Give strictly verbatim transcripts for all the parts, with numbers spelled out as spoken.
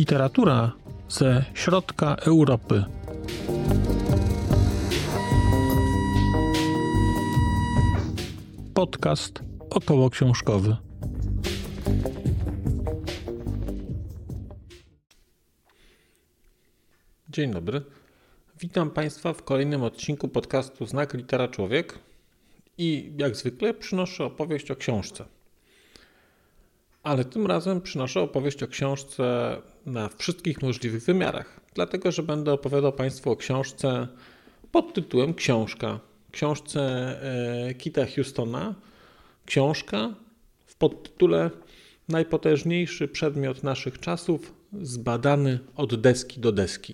Literatura ze środka Europy. Podcast okołoksiążkowy. Dzień dobry. Witam Państwa w kolejnym odcinku podcastu Znak Litera Człowiek i jak zwykle przynoszę opowieść o książce. Ale tym razem przynoszę opowieść o książce na wszystkich możliwych wymiarach, dlatego że będę opowiadał Państwu o książce pod tytułem Książka. Książce e, Kita Houstona. Książka w podtytule Najpotężniejszy przedmiot naszych czasów, zbadany od deski do deski.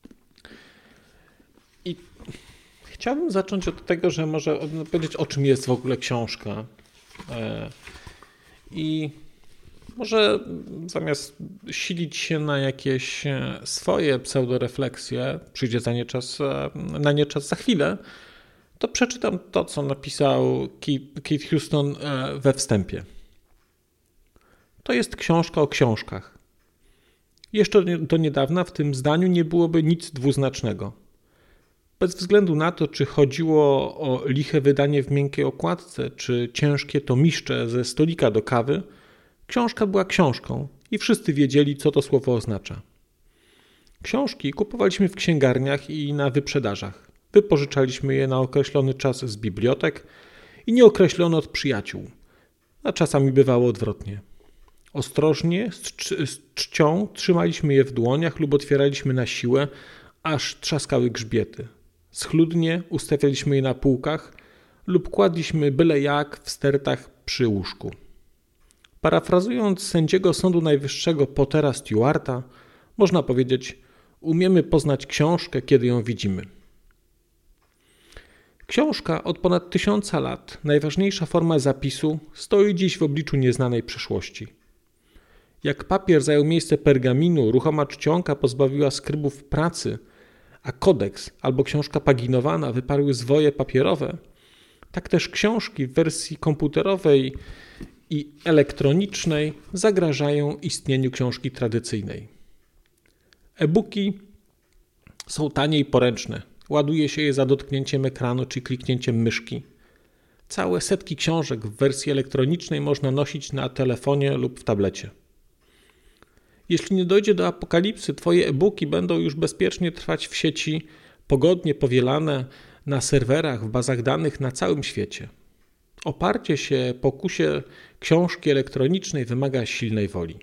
I chciałbym zacząć od tego, że może powiedzieć, o czym jest w ogóle książka. E, I może zamiast silić się na jakieś swoje pseudorefleksje, przyjdzie za nie czas, na nie czas za chwilę, to przeczytam to, co napisał Keith Houston we wstępie. To jest książka o książkach. Jeszcze do niedawna w tym zdaniu nie byłoby nic dwuznacznego. Bez względu na to, czy chodziło o liche wydanie w miękkiej okładce, czy ciężkie tomiszcze ze stolika do kawy, książka była książką i wszyscy wiedzieli, co to słowo oznacza. Książki kupowaliśmy w księgarniach i na wyprzedażach. Wypożyczaliśmy je na określony czas z bibliotek i nieokreślony od przyjaciół, a czasami bywało odwrotnie. Ostrożnie, z, cz- z czcią trzymaliśmy je w dłoniach lub otwieraliśmy na siłę, aż trzaskały grzbiety. Schludnie ustawialiśmy je na półkach lub kładliśmy byle jak w stertach przy łóżku. Parafrazując sędziego Sądu Najwyższego Pottera Stewarta, można powiedzieć, umiemy poznać książkę, kiedy ją widzimy. Książka od ponad tysiąca lat, najważniejsza forma zapisu, stoi dziś w obliczu nieznanej przyszłości. Jak papier zajął miejsce pergaminu, ruchoma czcionka pozbawiła skrybów pracy, a kodeks albo książka paginowana wyparły zwoje papierowe, tak też książki w wersji komputerowej i elektronicznej zagrażają istnieniu książki tradycyjnej. E-booki są tanie i poręczne. Ładuje się je za dotknięciem ekranu czy kliknięciem myszki. Całe setki książek w wersji elektronicznej można nosić na telefonie lub w tablecie. Jeśli nie dojdzie do apokalipsy, Twoje e-booki będą już bezpiecznie trwać w sieci, pogodnie powielane na serwerach, w bazach danych na całym świecie. Oparcie się pokusie książki elektronicznej wymaga silnej woli.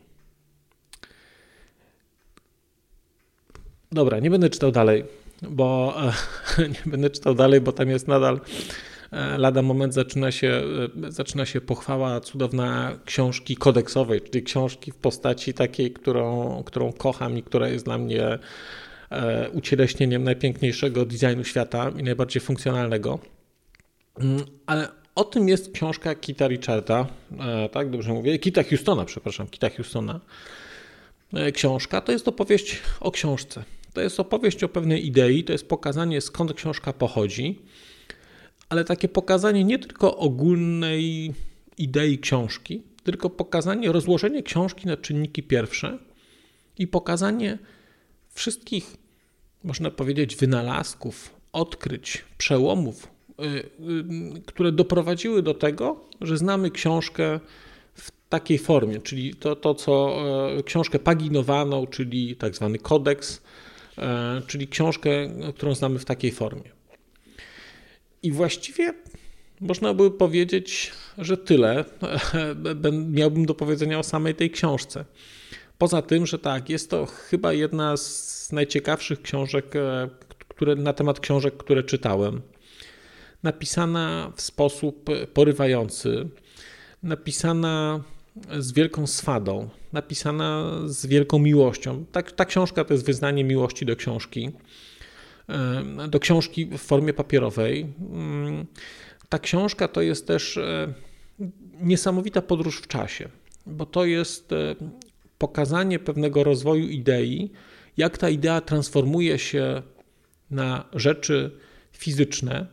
Dobra, nie będę czytał dalej, bo nie będę czytał dalej, bo tam jest nadal lada moment zaczyna się, zaczyna się pochwała cudowna książki kodeksowej, czyli książki w postaci takiej, którą, którą kocham i która jest dla mnie ucieleśnieniem najpiękniejszego designu świata i najbardziej funkcjonalnego. Ale o tym jest książka Kita Richarda, tak dobrze mówię, Kita Houstona, przepraszam, Kita Houstona. Książka to jest opowieść o książce. To jest opowieść o pewnej idei, to jest pokazanie, skąd książka pochodzi, ale takie pokazanie nie tylko ogólnej idei książki, tylko pokazanie, rozłożenie książki na czynniki pierwsze i pokazanie wszystkich, można powiedzieć, wynalazków, odkryć, przełomów, które doprowadziły do tego, że znamy książkę w takiej formie, czyli to, to co książkę paginowaną, czyli tak zwany kodeks, czyli książkę, którą znamy w takiej formie. I właściwie można by powiedzieć, że tyle miałbym do powiedzenia o samej tej książce. Poza tym, że tak, jest to chyba jedna z najciekawszych książek, które, na temat książek, które czytałem. Napisana w sposób porywający, napisana z wielką swadą, napisana z wielką miłością. Ta, ta książka to jest wyznanie miłości do książki, do książki w formie papierowej. Ta książka to jest też niesamowita podróż w czasie, bo to jest pokazanie pewnego rozwoju idei, jak ta idea transformuje się na rzeczy fizyczne,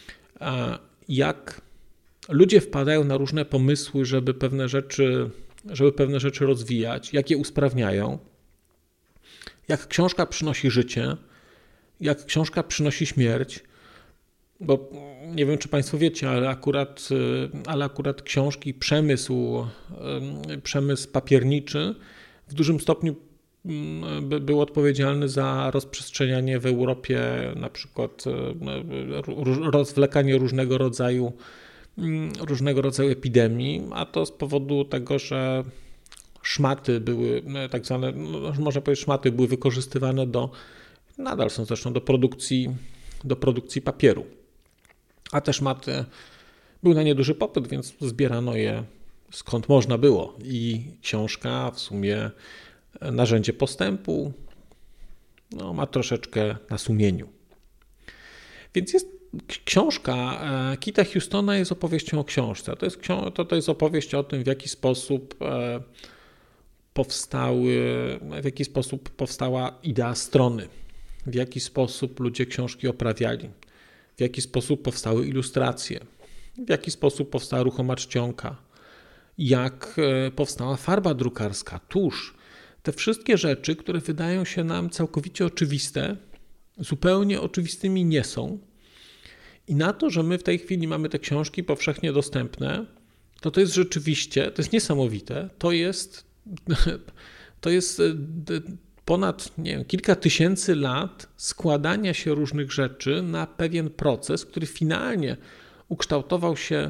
jak ludzie wpadają na różne pomysły, żeby pewne rzeczy, żeby pewne rzeczy rozwijać, jak je usprawniają. jak książka przynosi życie, jak książka przynosi śmierć, bo nie wiem, czy Państwo wiecie, ale akurat, ale akurat książki, przemysł, przemysł papierniczy w dużym stopniu był odpowiedzialny za rozprzestrzenianie w Europie na przykład rozwlekanie różnego rodzaju różnego rodzaju epidemii, a to z powodu tego, że szmaty były, tak zwane, można powiedzieć, szmaty były wykorzystywane do, nadal są zresztą do produkcji, do produkcji papieru. A te szmaty był na nie duży popyt, więc zbierano je skąd można było. I książka w sumie narzędzie postępu no, ma troszeczkę na sumieniu. Więc jest książka Kita Houstona jest opowieścią o książce. To jest, to, to jest opowieść o tym, w jaki sposób powstały, w jaki sposób powstała idea strony, w jaki sposób ludzie książki oprawiali, w jaki sposób powstały ilustracje, w jaki sposób powstała ruchoma czcionka, jak powstała farba drukarska, tusz. Te wszystkie rzeczy, które wydają się nam całkowicie oczywiste, zupełnie oczywistymi nie są. I na to, że my w tej chwili mamy te książki powszechnie dostępne, to to jest rzeczywiście, to jest niesamowite, to jest, to jest ponad nie wiem, kilka tysięcy lat składania się różnych rzeczy na pewien proces, który finalnie ukształtował się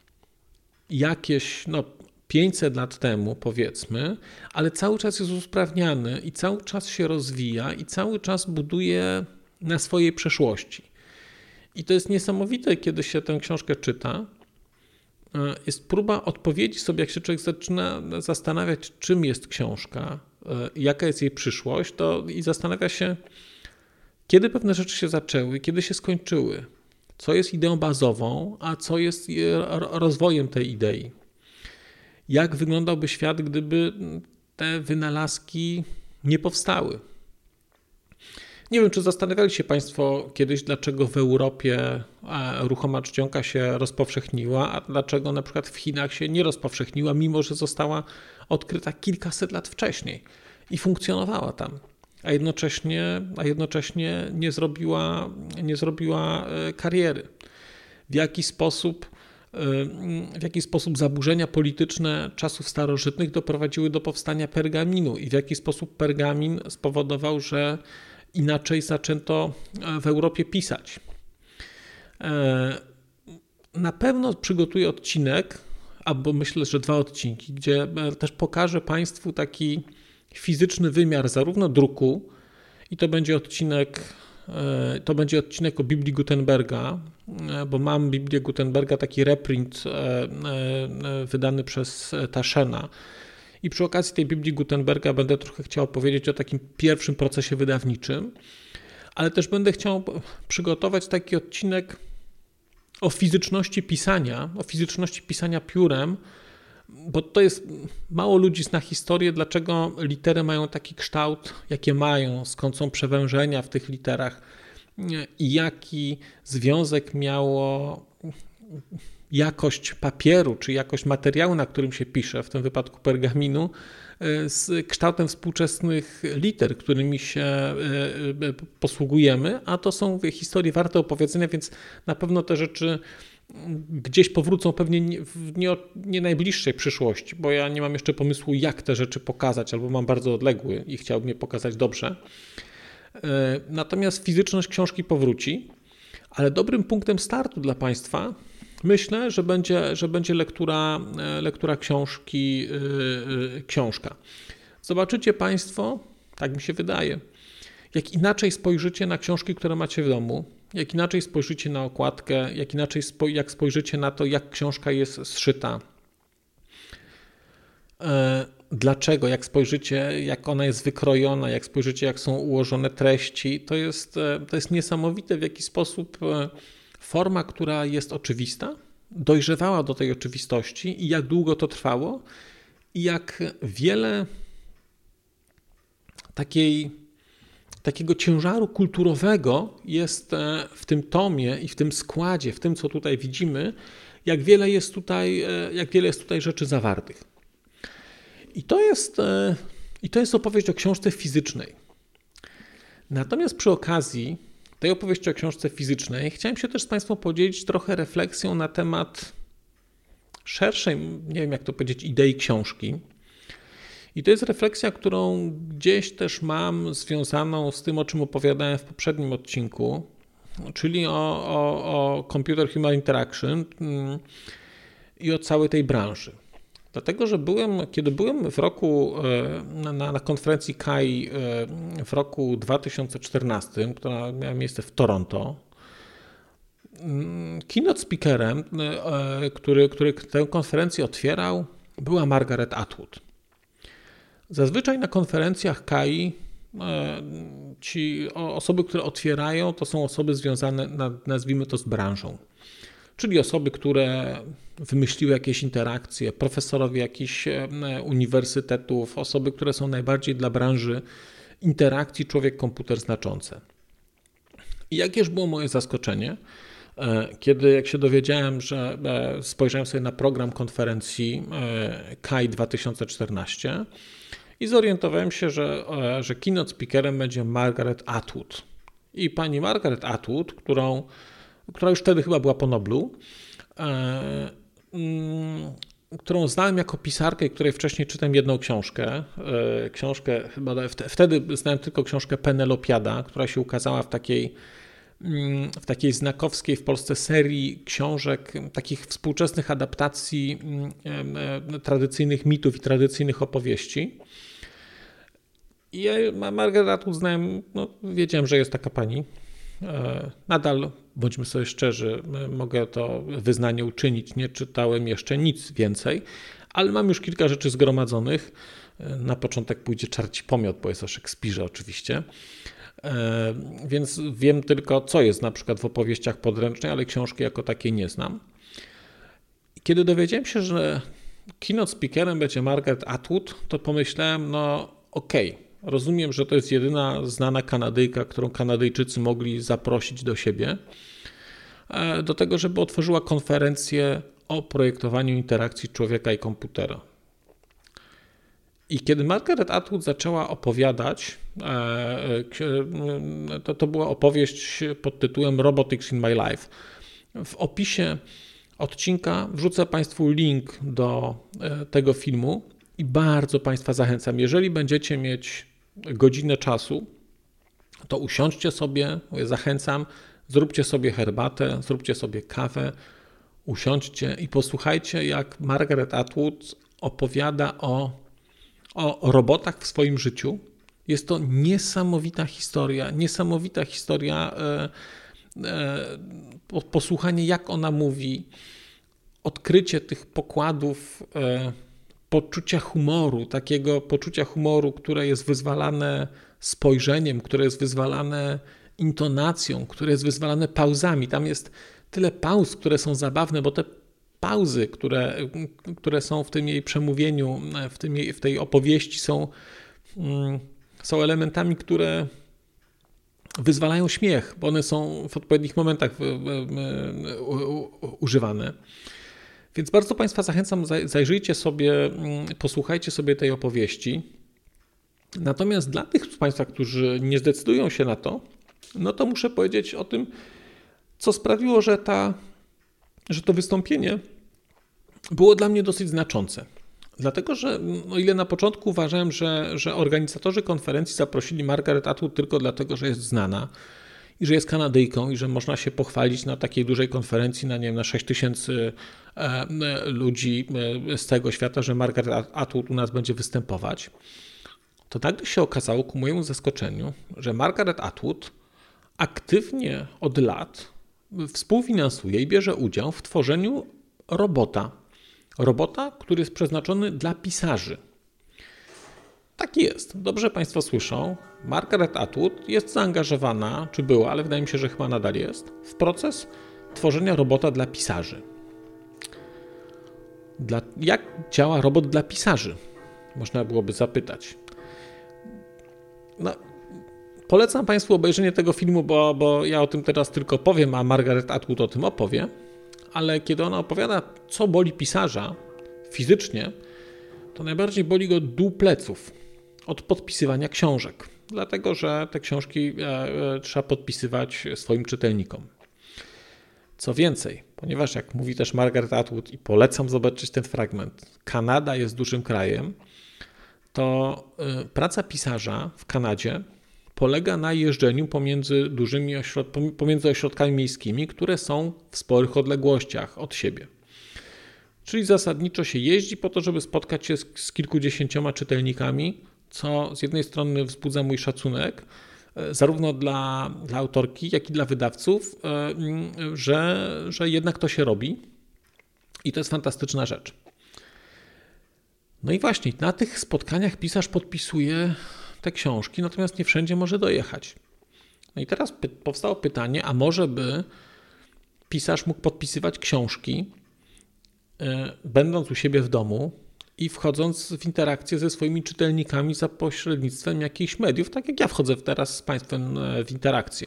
jakieś no, pięćset lat temu, powiedzmy, ale cały czas jest usprawniany i cały czas się rozwija i cały czas buduje na swojej przeszłości. I to jest niesamowite, kiedy się tę książkę czyta. Jest próba odpowiedzi sobie, jak się człowiek zaczyna zastanawiać, czym jest książka, jaka jest jej przyszłość, to i zastanawia się, kiedy pewne rzeczy się zaczęły, kiedy się skończyły, co jest ideą bazową, a co jest rozwojem tej idei. Jak wyglądałby świat, gdyby te wynalazki nie powstały? Nie wiem, czy zastanawiali się Państwo kiedyś, dlaczego w Europie ruchoma czcionka się rozpowszechniła, a dlaczego na przykład w Chinach się nie rozpowszechniła, mimo że została odkryta kilkaset lat wcześniej i funkcjonowała tam, a jednocześnie, a jednocześnie nie zrobiła, nie zrobiła kariery. W jaki sposób, w jaki sposób zaburzenia polityczne czasów starożytnych doprowadziły do powstania pergaminu i w jaki sposób pergamin spowodował, że inaczej zaczęto w Europie pisać. Na pewno przygotuję odcinek, albo myślę, że dwa odcinki, gdzie też pokażę Państwu taki fizyczny wymiar zarówno druku, i to będzie odcinek, to będzie odcinek o Biblii Gutenberga, bo mam Biblię Gutenberga, taki reprint wydany przez Taschena. I przy okazji tej Biblii Gutenberga będę trochę chciał opowiedzieć o takim pierwszym procesie wydawniczym, ale też będę chciał przygotować taki odcinek o fizyczności pisania, o fizyczności pisania piórem, bo to jest, mało ludzi zna historię, dlaczego litery mają taki kształt, jakie mają, skąd są przewężenia w tych literach i jaki związek miało jakość papieru, czy jakość materiału, na którym się pisze, w tym wypadku pergaminu, z kształtem współczesnych liter, którymi się posługujemy, a to są historie warte opowiedzenia, więc na pewno te rzeczy gdzieś powrócą pewnie w nie, nie najbliższej przyszłości, bo ja nie mam jeszcze pomysłu, jak te rzeczy pokazać, albo mam bardzo odległy i chciałbym je pokazać dobrze. Natomiast fizyczność książki powróci, ale dobrym punktem startu dla Państwa myślę, że będzie, że będzie lektura, lektura książki, yy, książka. Zobaczycie Państwo, tak mi się wydaje, jak inaczej spojrzycie na książki, które macie w domu, jak inaczej spojrzycie na okładkę, jak inaczej spo, jak spojrzycie na to, jak książka jest zszyta. Yy, dlaczego? Jak spojrzycie, jak ona jest wykrojona, jak spojrzycie, jak są ułożone treści, to jest, to jest niesamowite, w jaki sposób forma, która jest oczywista, dojrzewała do tej oczywistości i jak długo to trwało i jak wiele takiej, takiego ciężaru kulturowego jest w tym tomie i w tym składzie, w tym, co tutaj widzimy, jak wiele jest tutaj, jak wiele jest tutaj rzeczy zawartych. I to jest, i to jest opowieść o książce fizycznej. Natomiast przy okazji tej opowieści o książce fizycznej chciałem się też z Państwem podzielić trochę refleksją na temat szerszej, nie wiem jak to powiedzieć, idei książki. I to jest refleksja, którą gdzieś też mam związaną z tym, o czym opowiadałem w poprzednim odcinku, czyli o, o, o Computer Human Interaction i o całej tej branży. Dlatego, że byłem, kiedy byłem w roku na, na konferencji K A I w roku dwa tysiące czternastym, która miała miejsce w Toronto, keynote speakerem, który, który tę konferencję otwierał, była Margaret Atwood. Zazwyczaj na konferencjach K A I ci osoby, które otwierają, to są osoby związane, nazwijmy to, z branżą. Czyli osoby, które wymyśliły jakieś interakcje, profesorowie jakichś uniwersytetów, osoby, które są najbardziej dla branży interakcji człowiek-komputer znaczące. I jakież było moje zaskoczenie, kiedy jak się dowiedziałem, że spojrzałem sobie na program konferencji K A I dwa tysiące czternaście i zorientowałem się, że, że keynote speakerem będzie Margaret Atwood. I pani Margaret Atwood, którą która już wtedy chyba była po Noblu, e, mm, którą znałem jako pisarkę, której wcześniej czytałem jedną książkę. E, książkę chyba wtedy znałem tylko książkę Penelopiada, która się ukazała w takiej, mm, w takiej znakowskiej w Polsce serii książek, takich współczesnych adaptacji e, e, tradycyjnych mitów i tradycyjnych opowieści. I ja Margaret Atwood znałem, no, wiedziałem, że jest taka pani. Nadal, bądźmy sobie szczerzy, mogę to wyznanie uczynić, nie czytałem jeszcze nic więcej, ale mam już kilka rzeczy zgromadzonych. Na początek pójdzie Czarci Pomiot, bo jest o Szekspirze oczywiście, więc wiem tylko, co jest na przykład w opowieściach podręcznej, ale książki jako takiej nie znam. Kiedy dowiedziałem się, że keynote speakerem będzie Margaret Atwood, to pomyślałem, no okej, okay. Rozumiem, że to jest jedyna znana Kanadyjka, którą Kanadyjczycy mogli zaprosić do siebie, do tego, żeby otworzyła konferencję o projektowaniu interakcji człowieka i komputera. I kiedy Margaret Atwood zaczęła opowiadać, to, to była opowieść pod tytułem Robotics in My Life. W opisie odcinka wrzucę Państwu link do tego filmu i bardzo Państwa zachęcam, jeżeli będziecie mieć godzinę czasu, to usiądźcie sobie, zachęcam, zróbcie sobie herbatę, zróbcie sobie kawę, usiądźcie i posłuchajcie, jak Margaret Atwood opowiada o, o robotach w swoim życiu. Jest to niesamowita historia, niesamowita historia, e, e, posłuchanie, jak ona mówi, odkrycie tych pokładów e, poczucia humoru, takiego poczucia humoru, które jest wyzwalane spojrzeniem, które jest wyzwalane intonacją, które jest wyzwalane pauzami. Tam jest tyle pauz, które są zabawne, bo te pauzy, które, które są w tym jej przemówieniu, w, tym jej, w tej opowieści są, są elementami, które wyzwalają śmiech, bo one są w odpowiednich momentach używane. Więc bardzo Państwa zachęcam, zajrzyjcie sobie, posłuchajcie sobie tej opowieści. Natomiast dla tych z Państwa, którzy nie zdecydują się na to, no to muszę powiedzieć o tym, co sprawiło, że, ta, że to wystąpienie było dla mnie dosyć znaczące. Dlatego, że o ile na początku uważałem, że, że organizatorzy konferencji zaprosili Margaret Atwood tylko dlatego, że jest znana i że jest Kanadyjką i że można się pochwalić na takiej dużej konferencji na, nie wiem, na sześć tysięcy ludzi z całego świata, że Margaret Atwood u nas będzie występować, to nagle się okazało ku mojemu zaskoczeniu, że Margaret Atwood aktywnie od lat współfinansuje i bierze udział w tworzeniu robota. Robota, który jest przeznaczony dla pisarzy. Tak jest. Dobrze Państwo słyszą. Margaret Atwood jest zaangażowana, czy była, ale wydaje mi się, że chyba nadal jest, w proces tworzenia robota dla pisarzy. Dla, jak działa robot dla pisarzy? Można byłoby zapytać. No, polecam Państwu obejrzenie tego filmu, bo, bo ja o tym teraz tylko powiem, a Margaret Atwood o tym opowie, ale kiedy ona opowiada, co boli pisarza fizycznie, to najbardziej boli go dół pleców od podpisywania książek. dlatego że te książki trzeba podpisywać swoim czytelnikom. Co więcej, ponieważ jak mówi też Margaret Atwood i polecam zobaczyć ten fragment, Kanada jest dużym krajem, to praca pisarza w Kanadzie polega na jeżdżeniu pomiędzy dużymi ośrod- pomiędzy ośrodkami miejskimi, które są w sporych odległościach od siebie. Czyli zasadniczo się jeździ po to, żeby spotkać się z, z kilkudziesięcioma czytelnikami, co z jednej strony wzbudza mój szacunek, zarówno dla, dla autorki, jak i dla wydawców, że, że jednak to się robi i to jest fantastyczna rzecz. No i właśnie na tych spotkaniach pisarz podpisuje te książki, natomiast nie wszędzie może dojechać. No i teraz py- powstało pytanie, a może by pisarz mógł podpisywać książki, yy, będąc u siebie w domu i wchodząc w interakcję ze swoimi czytelnikami za pośrednictwem jakichś mediów, tak jak ja wchodzę teraz z Państwem w interakcję.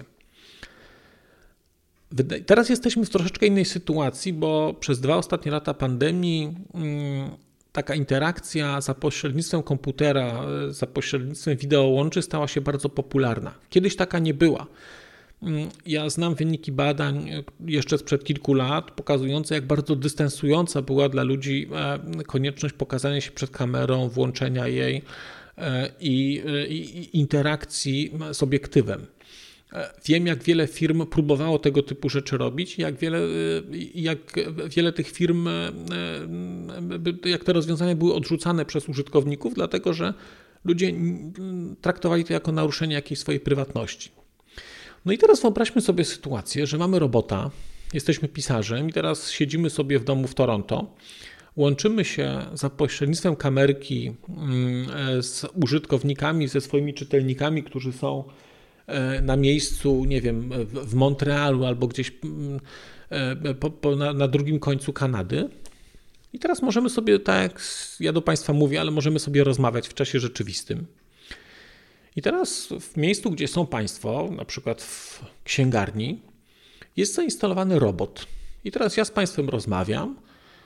Wyda- teraz jesteśmy w troszeczkę innej sytuacji, bo przez dwa ostatnie lata pandemii yy, taka interakcja za pośrednictwem komputera, za pośrednictwem wideołączy stała się bardzo popularna. Kiedyś taka nie była. Ja znam wyniki badań jeszcze sprzed kilku lat, pokazujące, jak bardzo dystansująca była dla ludzi konieczność pokazania się przed kamerą, włączenia jej i, i interakcji z obiektywem. Wiem, jak wiele firm próbowało tego typu rzeczy robić, jak wiele, jak wiele tych firm, jak te rozwiązania były odrzucane przez użytkowników, dlatego że ludzie traktowali to jako naruszenie jakiejś swojej prywatności. No i teraz wyobraźmy sobie sytuację, że mamy robota, jesteśmy pisarzem i teraz siedzimy sobie w domu w Toronto, łączymy się za pośrednictwem kamerki z użytkownikami, ze swoimi czytelnikami, którzy są na miejscu, nie wiem, w Montrealu albo gdzieś po, po, na, na drugim końcu Kanady. I teraz możemy sobie, tak jak ja do Państwa mówię, ale możemy sobie rozmawiać w czasie rzeczywistym. I teraz w miejscu, gdzie są Państwo, na przykład w księgarni, jest zainstalowany robot. I teraz ja z Państwem rozmawiam,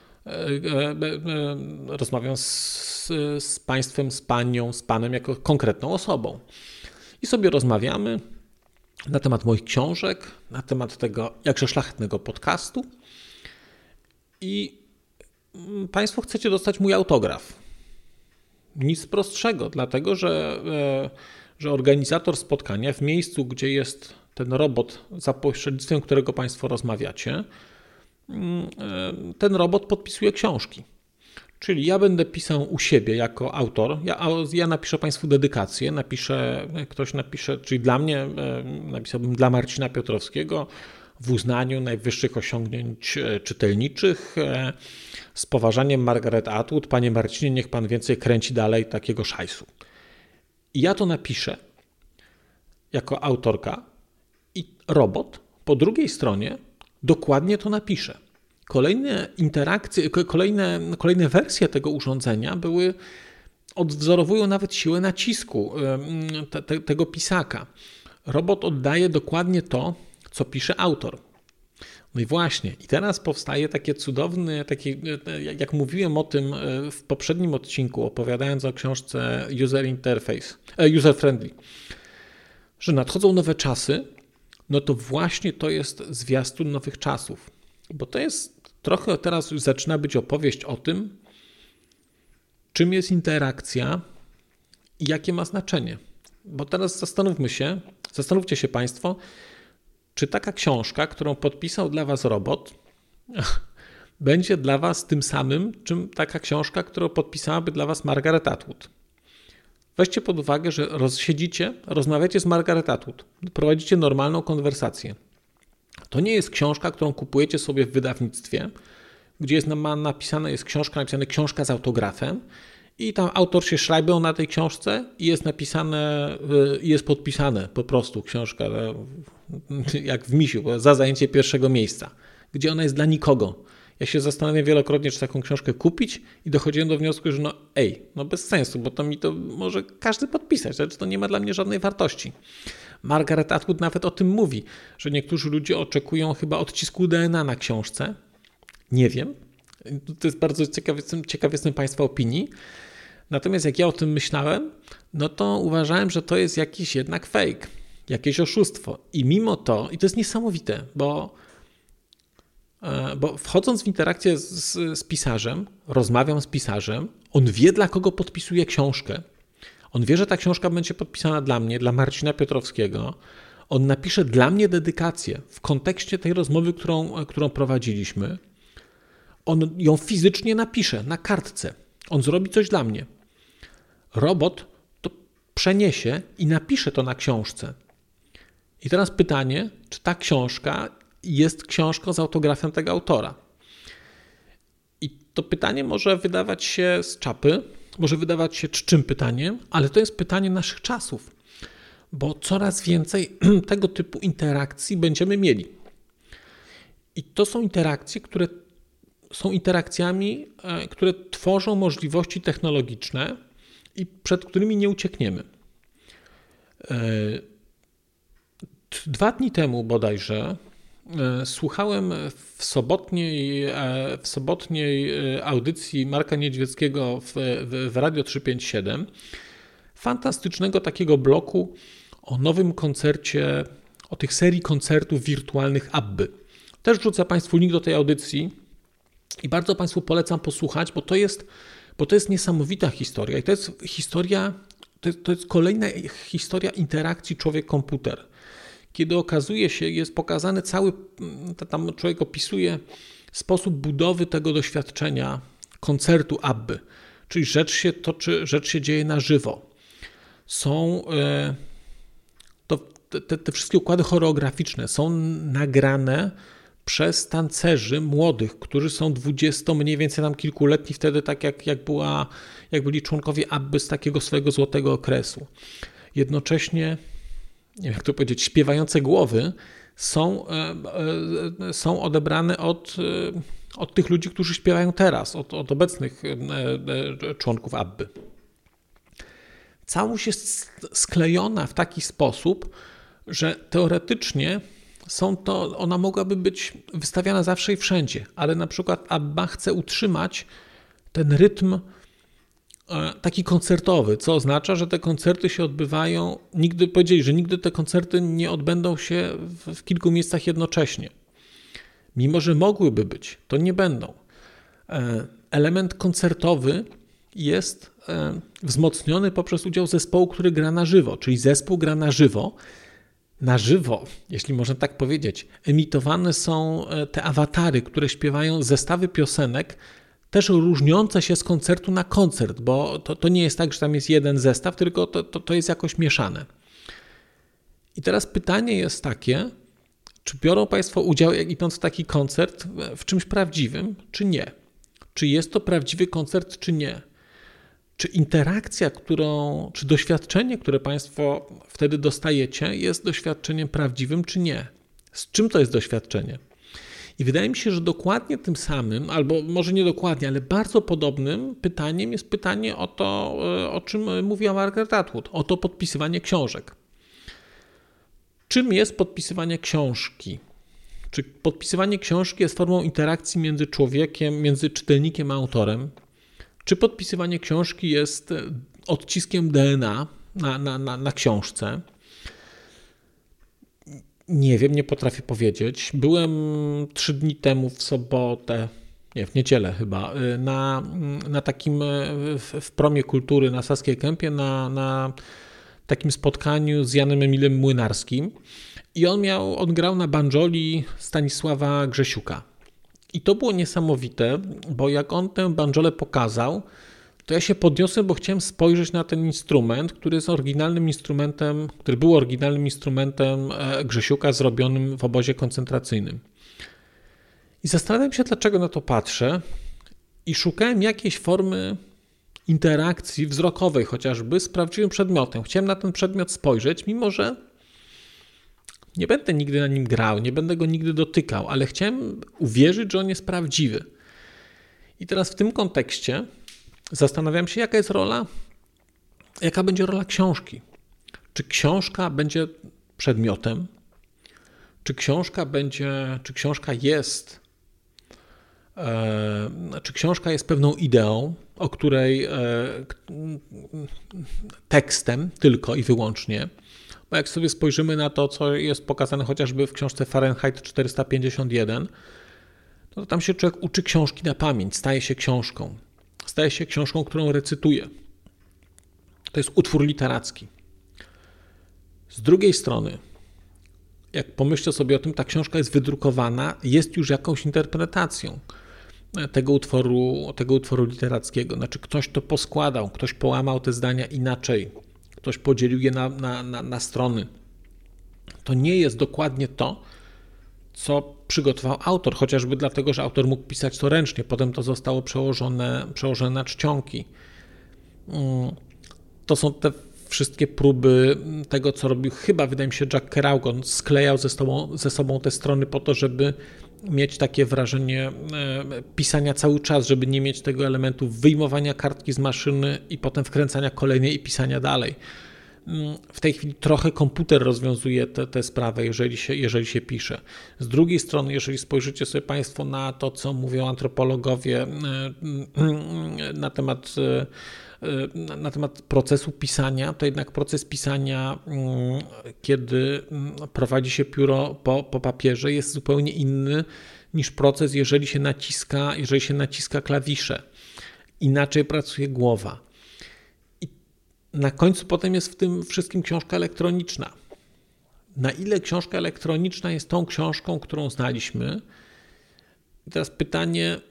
rozmawiam z, z Państwem, z Panią, z Panem jako konkretną osobą. I sobie rozmawiamy na temat moich książek, na temat tego jakże szlachetnego podcastu i Państwo chcecie dostać mój autograf. Nic prostszego, dlatego że, że organizator spotkania w miejscu, gdzie jest ten robot, za pośrednictwem którego Państwo rozmawiacie, ten robot podpisuje książki. Czyli ja będę pisał u siebie jako autor, ja, ja napiszę Państwu dedykację, napiszę, ktoś napisze, czyli dla mnie napisałbym dla Marcina Piotrowskiego w uznaniu najwyższych osiągnięć czytelniczych, z poważaniem Margaret Atwood, Panie Marcinie, niech Pan więcej kręci dalej takiego szajsu. I ja to napiszę jako autorka i robot po drugiej stronie dokładnie to napisze. Kolejne interakcje, kolejne, kolejne wersje tego urządzenia były, odwzorowują nawet siłę nacisku te, te, tego pisaka. Robot oddaje dokładnie to, co pisze autor. No i właśnie, i teraz powstaje takie cudowne, takie, jak mówiłem o tym w poprzednim odcinku, opowiadając o książce User Interface, User Friendly, że nadchodzą nowe czasy, no to właśnie to jest zwiastun nowych czasów. Bo to jest trochę teraz już zaczyna być opowieść o tym, czym jest interakcja i jakie ma znaczenie. Bo teraz zastanówmy się, zastanówcie się Państwo, czy taka książka, którą podpisał dla Was robot, będzie dla Was tym samym, czym taka książka, którą podpisałaby dla Was Margaret Atwood. Weźcie pod uwagę, że siedzicie, rozmawiacie z Margaret Atwood, prowadzicie normalną konwersację. To nie jest książka, którą kupujecie sobie w wydawnictwie, gdzie jest napisane, jest książka, napisane książka z autografem i tam autor się szrajbą na tej książce i jest napisane, jest podpisane po prostu książka, jak w misiu, za zajęcie pierwszego miejsca, gdzie ona jest dla nikogo. Ja się zastanawiam wielokrotnie, czy taką książkę kupić i dochodziłem do wniosku, że no ej, no bez sensu, bo to mi to może każdy podpisać, że to nie ma dla mnie żadnej wartości. Margaret Atwood nawet o tym mówi, że niektórzy ludzie oczekują chyba odcisku D N A na książce. Nie wiem. To jest bardzo ciekawy, jestem, ciekawy jestem Państwa opinii. Natomiast jak ja o tym myślałem, no to uważałem, że to jest jakiś jednak fake, jakieś oszustwo. I mimo to, i to jest niesamowite, bo, bo wchodząc w interakcję z, z pisarzem, rozmawiam z pisarzem, on wie, dla kogo podpisuje książkę. On wie, że ta książka będzie podpisana dla mnie, dla Marcina Piotrowskiego. On napisze dla mnie dedykację w kontekście tej rozmowy, którą, którą prowadziliśmy. On ją fizycznie napisze na kartce. On zrobi coś dla mnie. Robot to przeniesie i napisze to na książce. I teraz pytanie, czy ta książka jest książką z autografem tego autora? I to pytanie może wydawać się z czapy, może wydawać się czczym pytaniem, ale to jest pytanie naszych czasów, bo coraz więcej tego typu interakcji będziemy mieli. I to są interakcje, które są interakcjami, które tworzą możliwości technologiczne i przed którymi nie uciekniemy. Dwa dni temu bodajże słuchałem w sobotniej, w sobotniej audycji Marka Niedźwieckiego w, w, w Radio trzysta pięćdziesiąt siedem fantastycznego takiego bloku o nowym koncercie, o tych serii koncertów wirtualnych Abby. Też wrzucę Państwu link do tej audycji i bardzo Państwu polecam posłuchać, bo to jest, bo to jest niesamowita historia i to jest historia, to jest, to jest kolejna historia interakcji człowiek-komputer. Kiedy okazuje się, jest pokazany cały, tam człowiek opisuje sposób budowy tego doświadczenia koncertu Abby, czyli rzecz się toczy, rzecz się dzieje na żywo. Są to, te, te wszystkie układy choreograficzne są nagrane przez tancerzy młodych, którzy są dwudziesto mniej więcej tam kilkuletni wtedy, tak jak, jak, była, jak byli członkowie Abby z takiego swojego złotego okresu. Jednocześnie, nie wiem jak to powiedzieć, śpiewające głowy są, są odebrane od, od tych ludzi, którzy śpiewają teraz, od, od obecnych członków Abby. Całość jest sklejona w taki sposób, że teoretycznie są to, ona mogłaby być wystawiana zawsze i wszędzie, ale na przykład Abba chce utrzymać ten rytm taki koncertowy, co oznacza, że te koncerty się odbywają, nigdy powiedzieli, że nigdy te koncerty nie odbędą się w, w kilku miejscach jednocześnie. Mimo że mogłyby być, to nie będą. Element koncertowy jest wzmocniony poprzez udział zespołu, który gra na żywo, czyli zespół gra na żywo. Na żywo, jeśli można tak powiedzieć, emitowane są te awatary, które śpiewają zestawy piosenek, też różniące się z koncertu na koncert, bo to, to nie jest tak, że tam jest jeden zestaw, tylko to, to, to jest jakoś mieszane. I teraz pytanie jest takie, czy biorą Państwo udział, jak idąc w taki koncert, w czymś prawdziwym, czy nie? Czy jest to prawdziwy koncert, czy nie? Czy interakcja, którą, czy doświadczenie, które Państwo wtedy dostajecie, jest doświadczeniem prawdziwym, czy nie? Z czym to jest doświadczenie? I wydaje mi się, że dokładnie tym samym, albo może nie dokładnie, ale bardzo podobnym pytaniem jest pytanie o to, o czym mówiła Margaret Atwood, o to podpisywanie książek. Czym jest podpisywanie książki? Czy podpisywanie książki jest formą interakcji między człowiekiem, między czytelnikiem a autorem? Czy podpisywanie książki jest odciskiem D N A na, na, na, na książce? Nie wiem, nie potrafię powiedzieć. Byłem trzy dni temu w sobotę, nie, w niedzielę chyba, na, na takim w, w Promie Kultury na Saskiej Kępie, na, na takim spotkaniu z Janem Emilem Młynarskim i on miał, on grał na banjoli Stanisława Grzesiuka. I to było niesamowite, bo jak on tę banjolę pokazał, to ja się podniosłem, bo chciałem spojrzeć na ten instrument, który jest oryginalnym instrumentem, który był oryginalnym instrumentem Grzesiuka zrobionym w obozie koncentracyjnym. I zastanawiam się, dlaczego na to patrzę i szukałem jakiejś formy interakcji wzrokowej chociażby z prawdziwym przedmiotem. Chciałem na ten przedmiot spojrzeć, mimo że nie będę nigdy na nim grał, nie będę go nigdy dotykał, ale chciałem uwierzyć, że on jest prawdziwy. I teraz w tym kontekście zastanawiam się, jaka jest rola, jaka będzie rola książki. Czy książka będzie przedmiotem? Czy książka będzie, czy książka jest Znaczy książka jest pewną ideą, o której tekstem tylko i wyłącznie, bo jak sobie spojrzymy na to, co jest pokazane chociażby w książce Fahrenheit czterysta pięćdziesiąt jeden, to tam się człowiek uczy książki na pamięć, staje się książką. Staje się książką, którą recytuje. To jest utwór literacki. Z drugiej strony, jak pomyślę sobie o tym, ta książka jest wydrukowana, jest już jakąś interpretacją tego utworu, tego utworu literackiego. Znaczy ktoś to poskładał, ktoś połamał te zdania inaczej, ktoś podzielił je na, na, na, na strony. To nie jest dokładnie to, co przygotował autor, chociażby dlatego, że autor mógł pisać to ręcznie, potem to zostało przełożone, przełożone na czcionki. To są te wszystkie próby tego, co robił chyba, wydaje mi się, Jack Kerouac. On sklejał ze sobą, ze sobą te strony po to, żeby mieć takie wrażenie pisania cały czas, żeby nie mieć tego elementu wyjmowania kartki z maszyny i potem wkręcania kolejnej i pisania dalej. W tej chwili trochę komputer rozwiązuje tę sprawę, jeżeli się, jeżeli się pisze. Z drugiej strony, jeżeli spojrzycie sobie Państwo na to, co mówią antropologowie na temat, na temat procesu pisania, to jednak proces pisania, kiedy prowadzi się pióro po, po papierze, jest zupełnie inny niż proces, jeżeli się naciska, jeżeli się naciska klawisze. Inaczej pracuje głowa. Na końcu potem jest w tym wszystkim książka elektroniczna. Na ile książka elektroniczna jest tą książką, którą znaliśmy? I teraz pytanie,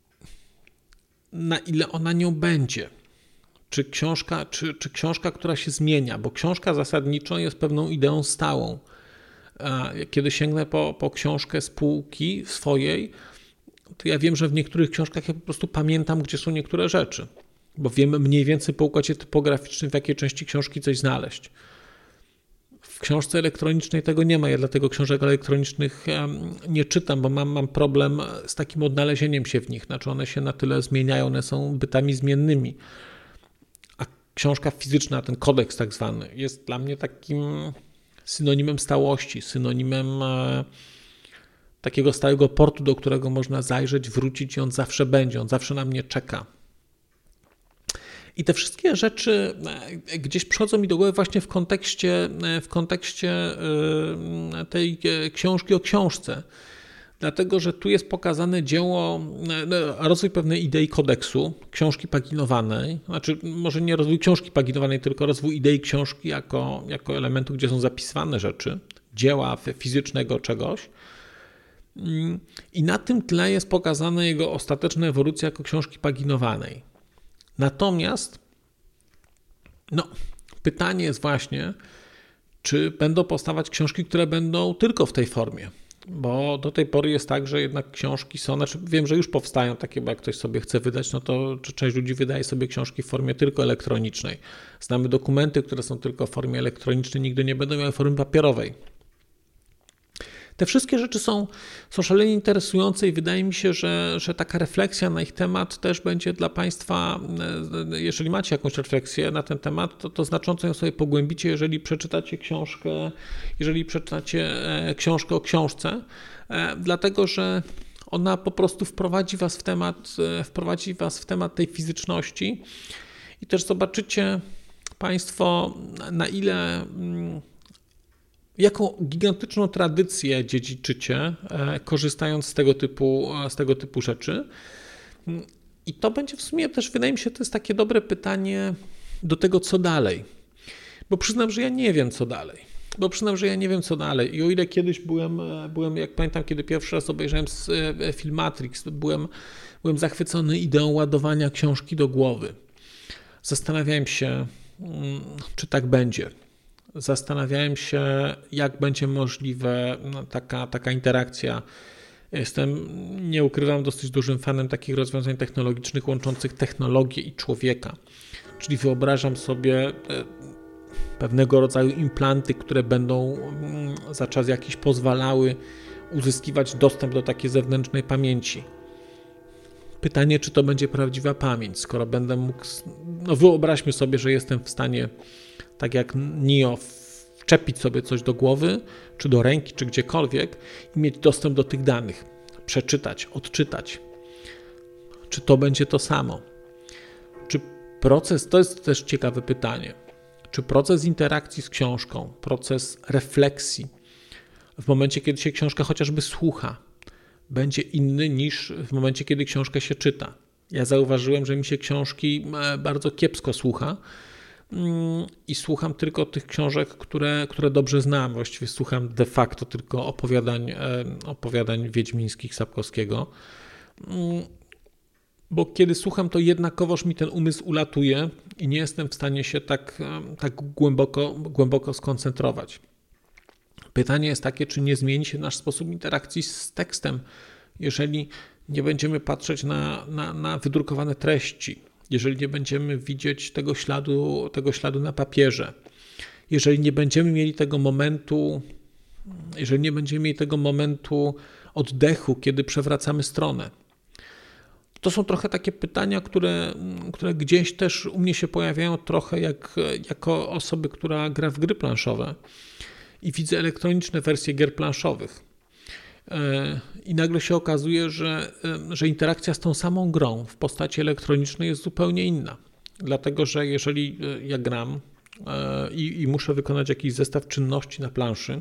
na ile ona nią będzie? Czy książka, czy, czy książka, która się zmienia? Bo książka zasadniczo jest pewną ideą stałą. Kiedy sięgnę po, po książkę z półki swojej, to ja wiem, że w niektórych książkach ja po prostu pamiętam, gdzie są niektóre rzeczy. Bo wiem mniej więcej po układzie typograficznym, w jakiej części książki coś znaleźć. W książce elektronicznej tego nie ma, ja dlatego książek elektronicznych nie czytam, bo mam, mam problem z takim odnalezieniem się w nich. Znaczy one się na tyle zmieniają, one są bytami zmiennymi. A książka fizyczna, ten kodeks tak zwany, jest dla mnie takim synonimem stałości, synonimem takiego stałego portu, do którego można zajrzeć, wrócić i on zawsze będzie, on zawsze na mnie czeka. I te wszystkie rzeczy gdzieś przychodzą mi do głowy właśnie w kontekście, w kontekście tej książki o książce. Dlatego, że tu jest pokazane dzieło, rozwój pewnej idei kodeksu, książki paginowanej. Znaczy, może nie rozwój książki paginowanej, tylko rozwój idei książki jako, jako elementu, gdzie są zapisywane rzeczy, dzieła fizycznego czegoś. I na tym tle jest pokazana jego ostateczna ewolucja jako książki paginowanej. Natomiast no, pytanie jest właśnie, czy będą powstawać książki, które będą tylko w tej formie, bo do tej pory jest tak, że jednak książki są, znaczy wiem, że już powstają takie, bo jak ktoś sobie chce wydać, no to część ludzi wydaje sobie książki w formie tylko elektronicznej. Znamy dokumenty, które są tylko w formie elektronicznej, nigdy nie będą miały formy papierowej. Te wszystkie rzeczy są, są szalenie interesujące i wydaje mi się, że, że taka refleksja na ich temat też będzie dla Państwa, jeżeli macie jakąś refleksję na ten temat, to, to znacząco ją sobie pogłębicie, jeżeli przeczytacie książkę, jeżeli przeczytacie książkę o książce, dlatego że ona po prostu wprowadzi Was w temat, wprowadzi Was w temat tej fizyczności i też zobaczycie Państwo, na ile jaką gigantyczną tradycję dziedziczycie, korzystając z tego typu, z tego typu rzeczy. I to będzie w sumie też, wydaje mi się, to jest takie dobre pytanie do tego, co dalej. Bo przyznam, że ja nie wiem, co dalej. Bo przyznam, że ja nie wiem, co dalej. I o ile kiedyś byłem, byłem jak pamiętam, kiedy pierwszy raz obejrzałem film Matrix, byłem, byłem zachwycony ideą ładowania książki do głowy. Zastanawiałem się, czy tak będzie. Zastanawiałem się, jak będzie możliwe taka, taka interakcja. Jestem, nie ukrywam, dosyć dużym fanem takich rozwiązań technologicznych łączących technologię i człowieka. Czyli wyobrażam sobie pewnego rodzaju implanty, które będą za czas jakiś pozwalały uzyskiwać dostęp do takiej zewnętrznej pamięci. Pytanie, czy to będzie prawdziwa pamięć, skoro będę mógł... No wyobraźmy sobie, że jestem w stanie, tak jak Neo, wczepić sobie coś do głowy, czy do ręki, czy gdziekolwiek i mieć dostęp do tych danych, przeczytać, odczytać. czy to będzie to samo? Czy proces, to jest też ciekawe pytanie, czy proces interakcji z książką, proces refleksji w momencie, kiedy się książkę chociażby słucha, będzie inny niż w momencie, kiedy książkę się czyta? Ja zauważyłem, że mi się książki bardzo kiepsko słucha i słucham tylko tych książek, które, które dobrze znam. Właściwie słucham de facto tylko opowiadań, opowiadań wiedźmińskich Sapkowskiego. Bo kiedy słucham, to jednakowoż mi ten umysł ulatuje i nie jestem w stanie się tak, tak głęboko, głęboko skoncentrować. Pytanie jest takie, czy nie zmieni się nasz sposób interakcji z tekstem, jeżeli nie będziemy patrzeć na, na, na wydrukowane treści, jeżeli nie będziemy widzieć tego śladu, tego śladu na papierze, jeżeli nie będziemy mieli tego momentu, jeżeli nie będziemy mieli tego momentu oddechu, kiedy przewracamy stronę. To są trochę takie pytania, które, które gdzieś też u mnie się pojawiają trochę jak, jako osoby, która gra w gry planszowe i widzę elektroniczne wersje gier planszowych. I nagle się okazuje, że, że interakcja z tą samą grą w postaci elektronicznej jest zupełnie inna. Dlatego, że jeżeli ja gram i, i muszę wykonać jakiś zestaw czynności na planszy,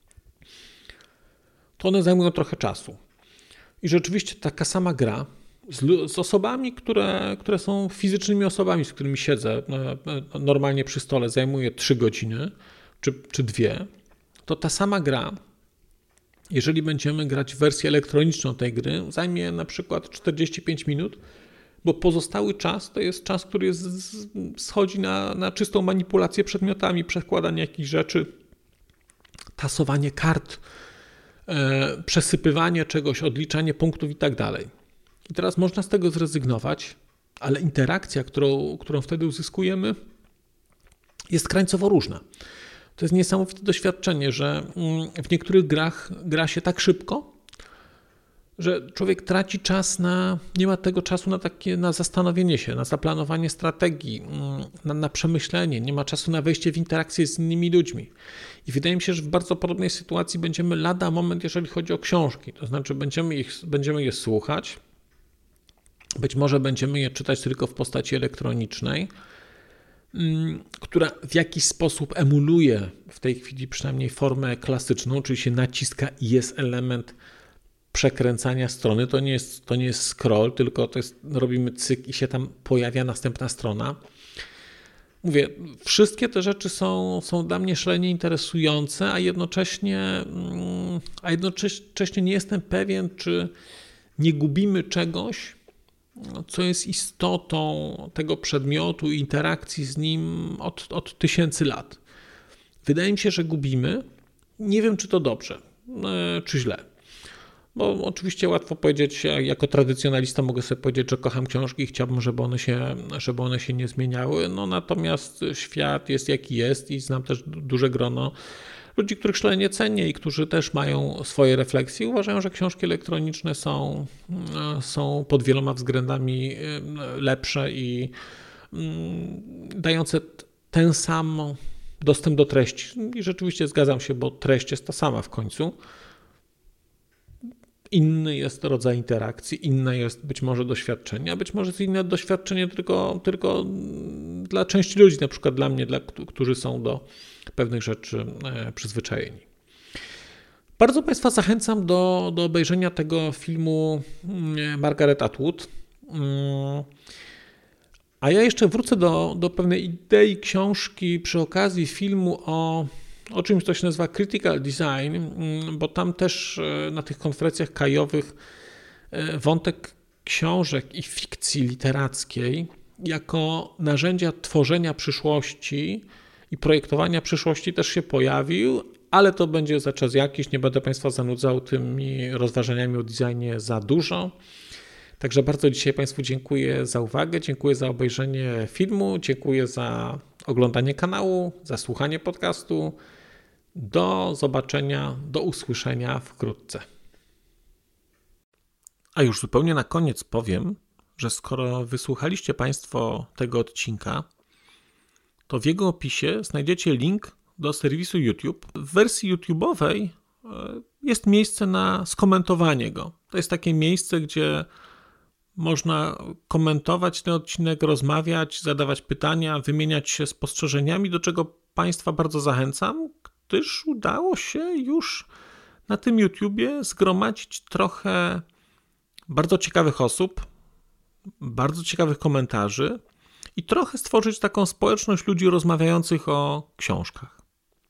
to one zajmują trochę czasu. I rzeczywiście taka sama gra z, z osobami, które, które są fizycznymi osobami, z którymi siedzę normalnie przy stole, zajmuje trzy godziny czy, czy dwie, to ta sama gra, jeżeli będziemy grać w wersję elektroniczną tej gry, zajmie na przykład czterdzieści pięć minut, bo pozostały czas to jest czas, który jest, schodzi na, na czystą manipulację przedmiotami, przekładanie jakichś rzeczy, tasowanie kart, e, przesypywanie czegoś, odliczanie punktów i tak dalej. I teraz można z tego zrezygnować, ale interakcja, którą, którą wtedy uzyskujemy, jest krańcowo różna. To jest niesamowite doświadczenie, że w niektórych grach gra się tak szybko, że człowiek traci czas na, nie ma tego czasu na takie, na zastanowienie się, na zaplanowanie strategii, na, na przemyślenie, nie ma czasu na wejście w interakcję z innymi ludźmi. I wydaje mi się, że w bardzo podobnej sytuacji będziemy lada moment, jeżeli chodzi o książki. To znaczy będziemy, ich, będziemy je słuchać, być może będziemy je czytać tylko w postaci elektronicznej, która w jakiś sposób emuluje w tej chwili przynajmniej formę klasyczną, czyli się naciska i jest element przekręcania strony. To nie jest, to nie jest scroll, tylko to jest, robimy cyk i się tam pojawia następna strona. Mówię, wszystkie te rzeczy są, są dla mnie szalenie interesujące, a jednocześnie, a jednocześnie nie jestem pewien, czy nie gubimy czegoś, co jest istotą tego przedmiotu i interakcji z nim od, od tysięcy lat. Wydaje mi się, że gubimy. Nie wiem, czy to dobrze, czy źle. Bo oczywiście łatwo powiedzieć, jako tradycjonalista mogę sobie powiedzieć, że kocham książki i chciałbym, żeby one się, żeby one się nie zmieniały. No natomiast świat jest jaki jest i znam też duże grono ludzi, których szalenie cenię i którzy też mają swoje refleksje. Uważają, że książki elektroniczne są, są pod wieloma względami lepsze i dające ten sam dostęp do treści. I rzeczywiście zgadzam się, bo treść jest ta sama w końcu. Inny jest rodzaj interakcji, inne jest być może doświadczenie, a być może jest inne doświadczenie tylko, tylko dla części ludzi, na przykład dla mnie, dla, którzy są do pewnych rzeczy przyzwyczajeni. Bardzo Państwa zachęcam do, do obejrzenia tego filmu Margaret Atwood. A ja jeszcze wrócę do, do pewnej idei książki przy okazji filmu o o czymś, co się nazywa Critical Design, bo tam też na tych konferencjach kajowych wątek książek i fikcji literackiej jako narzędzia tworzenia przyszłości i projektowania przyszłości też się pojawił, ale to będzie za czas jakiś, nie będę Państwa zanudzał tymi rozważaniami o designie za dużo. Także bardzo dzisiaj Państwu dziękuję za uwagę, dziękuję za obejrzenie filmu, dziękuję za oglądanie kanału, za słuchanie podcastu. Do zobaczenia, do usłyszenia wkrótce. A już zupełnie na koniec powiem, że skoro wysłuchaliście Państwo tego odcinka, to w jego opisie znajdziecie link do serwisu YouTube. W wersji YouTube'owej jest miejsce na skomentowanie go. To jest takie miejsce, gdzie Można komentować ten odcinek, rozmawiać, zadawać pytania, wymieniać się spostrzeżeniami, do czego Państwa bardzo zachęcam, gdyż udało się już na tym YouTubie zgromadzić trochę bardzo ciekawych osób, bardzo ciekawych komentarzy i trochę stworzyć taką społeczność ludzi rozmawiających o książkach.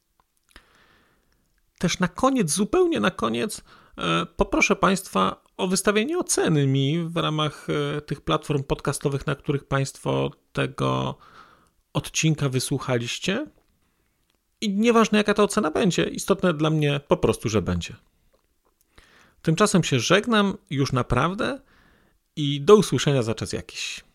Też na koniec, zupełnie na koniec, poproszę Państwa o wystawienie oceny mi w ramach tych platform podcastowych, na których Państwo tego odcinka wysłuchaliście. I nieważne jaka ta ocena będzie, istotne dla mnie po prostu, że będzie. Tymczasem się żegnam już naprawdę i do usłyszenia za czas jakiś.